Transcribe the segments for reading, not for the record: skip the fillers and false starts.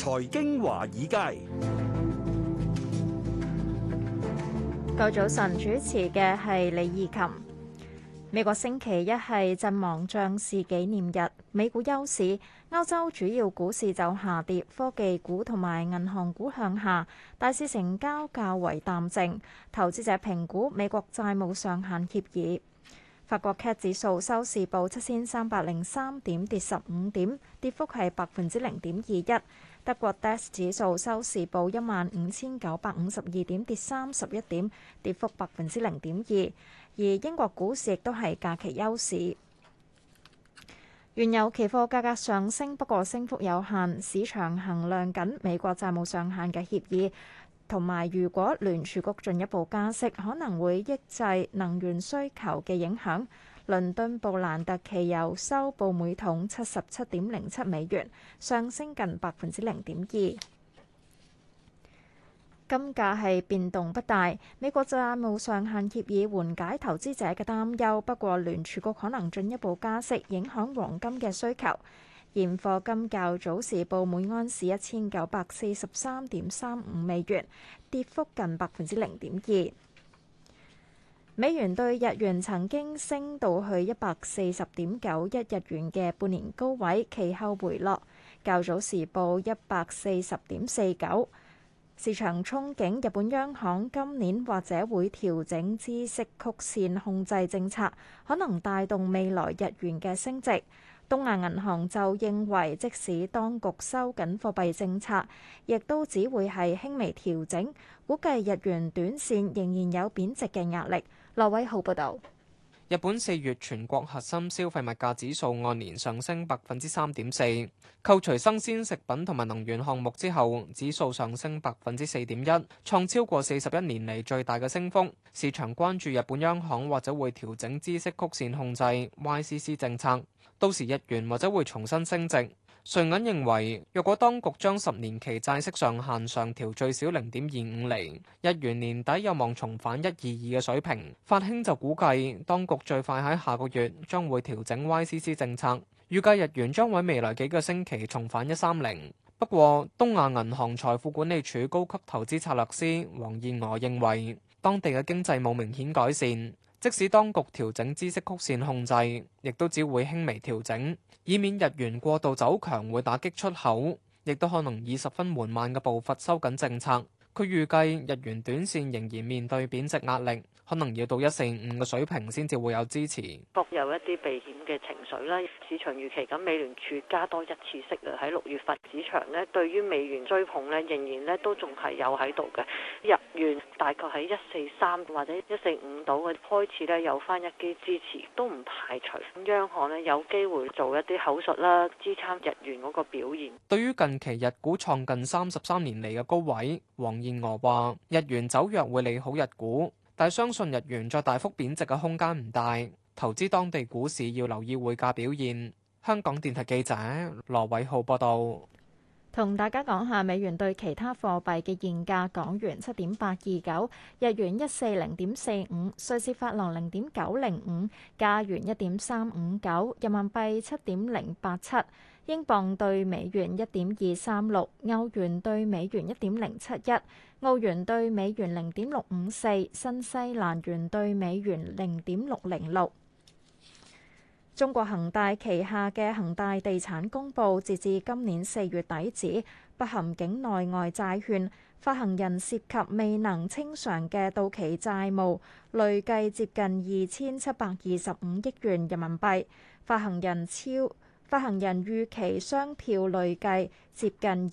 財經華爾街， 個早晨主持嘅係李義琴。美國星期一係陣亡將士紀念日，美股休市，歐洲主要股市就下跌，科技股同埋銀行股向下，大市成交較為淡靜。投資者評估美國債務上限協議。法國 CAC 指數收市報7303點，跌15點，跌幅係0.21%。德國 DAX 指數收市報15952點，跌31點，跌幅0.2%。而英國股市亦都係假期休市。原油期貨價格上升，不過升幅有限，市場衡量緊美國債務上限嘅協議，同埋如果聯儲局進一步加息，可能會抑制能源需求嘅影響。倫敦布蘭特期油收報每桶77.07美元，上升近0.2%。金價係變動不大，美國債務上限協議緩解投資者嘅擔憂，不過聯儲局可能進一步加息，影響黃金嘅需求。現貨金較早時報每盎司1943.35美元，跌幅近0.2%。美元對日元曾經升到去140.91日元嘅半年高位，其後回落，較早時報140.49。市場憧憬日本央行今年或者會調整孳息曲線控制政策，可能帶動未來日元嘅升值。東亞銀行就認為，即使當局收緊貨幣政策，亦都只會係輕微調整，估計日元短線仍然有貶值嘅壓力。羅偉浩報導。 日本4月全國核心消費物價指數按年上升3.4%，扣除生鮮食品同埋能源項目之後，指數上升4.1%，創超過41年嚟最大嘅升幅。市場關注日本央行或者會調整孳息曲線控制 YCC 政策，到時日元或者會重新升值。瑞銀認為，若果當局將10年期債息上限上調最少0.25厘，日元年底有望重返122嘅水平。法興就估計，當局最快喺下個月將會調整 YCC 政策，預計日元將喺未來幾個星期重返130。不過，東亞銀行財富管理處高級投資策略師黃燕娥認為，當地嘅經濟冇明顯改善。即使當局調整孳息曲線控制，亦都只會輕微調整，以免日元過度走強會打擊出口，亦都可能以十分緩慢嘅步伐收緊政策。佢預計日元短線仍然面對貶值壓力，可能要到145嘅水平先至會有支持。 各有一啲避險嘅情緒啦，市場預期緊美聯儲加多一次息啊，喺6月份市場咧對於美元追捧咧仍然咧都仲係有喺度嘅。日元大概喺143或者145度嘅開始咧有翻一啲支持，都唔排除央行咧有機會做一啲口述啦，支撐日元嗰個表現。 對於近期日股創近33年嚟嘅高位，黃燕娥話：日元走弱會利好日股，但相信日元再大幅貶值嘅空間唔大。投資當地股市要留意匯價表現。香港電台記者羅偉浩報道。 同大家講下美元對其他貨幣嘅現價：港元7.829，日元140.45，瑞士法郎0.905，加元1.359，人民幣7.087，英鎊對美元1.236，歐元對美元1.071，澳元對美元0.654，新西蘭元對美元0.606。中國恒大旗下嘅恒大地產公佈，截至今年4月底止，不含境內外債券發行人涉及未能清償嘅到期債務，累計接近2725億元人民幣。發行人預期商票累計接近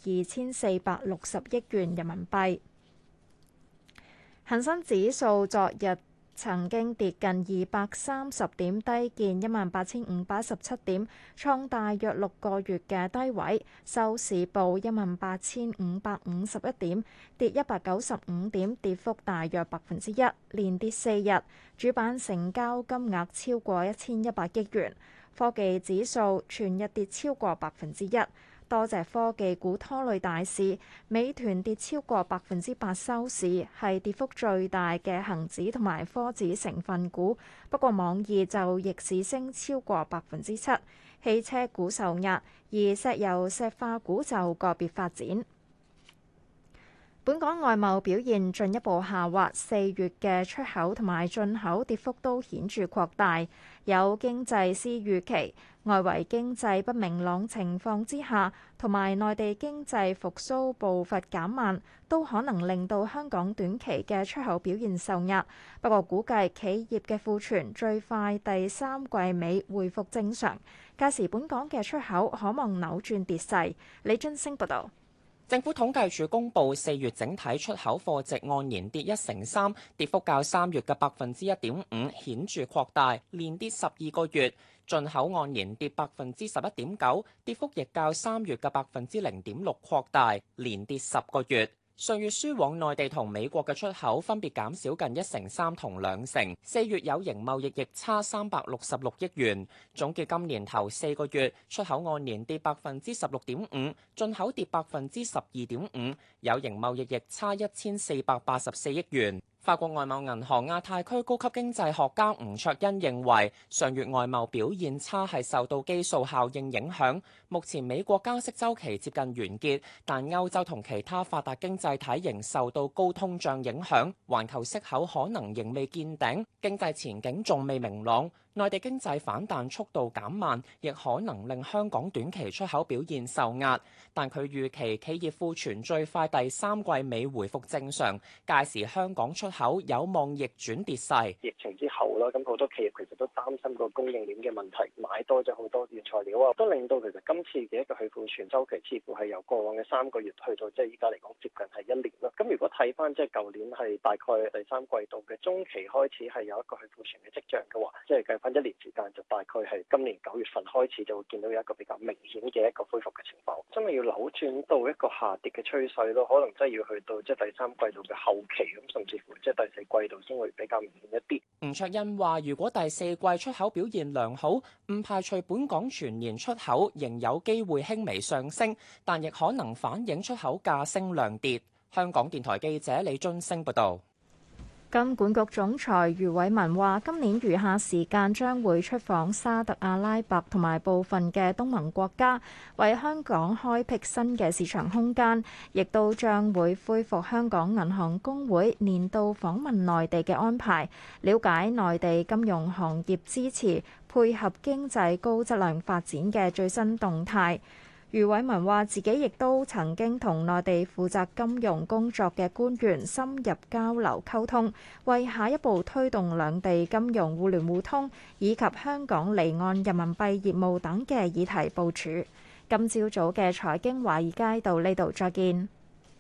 2460億元人民幣。恒生指數昨日曾經跌近230點，低見18517點，創大約6個月嘅低位。收市報18551點，跌195點，跌幅大約1%，連跌4日。主板成交金額超過1100億元。科技指數全日跌超過1%。 多隻科技股拖累大市，美團跌超過8%收市，係跌幅最大嘅恒指同埋科指成分股。不過網易就逆市升超過7%。汽車股受壓，而石油石化股就個別發展。本港外貿表現進一步下滑，4月嘅出口同埋進口跌幅都顯著擴大。有經濟師預期，外圍經濟不明朗情況之下，同埋內地經濟復甦步伐減慢，都可能令到香港短期嘅出口表現受壓。不過估計企業嘅庫存最快第3季尾恢復正常，屆時本港嘅出口可望扭轉跌勢。李津升報導。 政府統計處公布4月整體出口貨值按年跌1成3，跌幅較3月嘅1.5%顯著擴大，連跌12個月。進口按年跌11.9%，跌幅亦較3月嘅0.6%擴大，連跌10個月。上月輸往內地同美國嘅出口分別減少近1成3同2成，4月有形貿易逆差366億元。總結今年頭4個月，出口按年跌16.5%，進口跌12.5%，有形貿易逆差1484億元。法國外貿銀行亞太區高級經濟學家吳卓恩認為，上月外貿表現差係受到基數效應影響。目前美國加息週期接近完結，但歐洲同其他發達經濟體仍受到高通脹影響，環球息口可能仍未見頂，經濟前景仲未明朗。內地經濟反彈速度減慢，亦可能令香港短期出口表現受壓。但佢預期企業庫存最快第3季尾回復正常，屆時香港出口有望逆轉跌勢。 疫情之後啦，咁好多企業其實都擔心個供應鏈嘅問題，買多咗好多原材料啊，都令到其實今次嘅一個去庫存週期似乎係由過往嘅3個月去到即係依家嚟講接近係1年啦。咁如果睇翻即係舊年係大概第3季度嘅中期開始係有一個去庫存嘅跡象嘅話，即係計翻1年時間就大概係今年9月份開始就會見到有一個比較明顯嘅一個恢復嘅情況，真係要扭轉到一個下跌嘅趨勢咯，可能真係要去到即係第3季度嘅後期咁，甚至乎即係第4季度先會比較明顯一啲。 吳卓恩話：如果第4季出口表現良好，唔排除本港全年出口仍有機會輕微上升，但亦可能反映出口價升量跌。香港電台記者李津升報導。 金管局總裁余偉文話：今年餘下時間將會出訪沙特阿拉伯同埋部分嘅東盟國家，為香港開闢新嘅市場空間，亦都將會恢復香港銀行公會年度訪問內地嘅安排，了解內地金融行業支持配合經濟高質量發展嘅最新動態。余偉文話：自己亦都曾經同內地負責金融工作嘅官員深入交流溝通，為下一步推動兩地金融互聯互通以及香港離岸人民幣業務等嘅議題部署。今朝早嘅財經華爾街到呢度再見。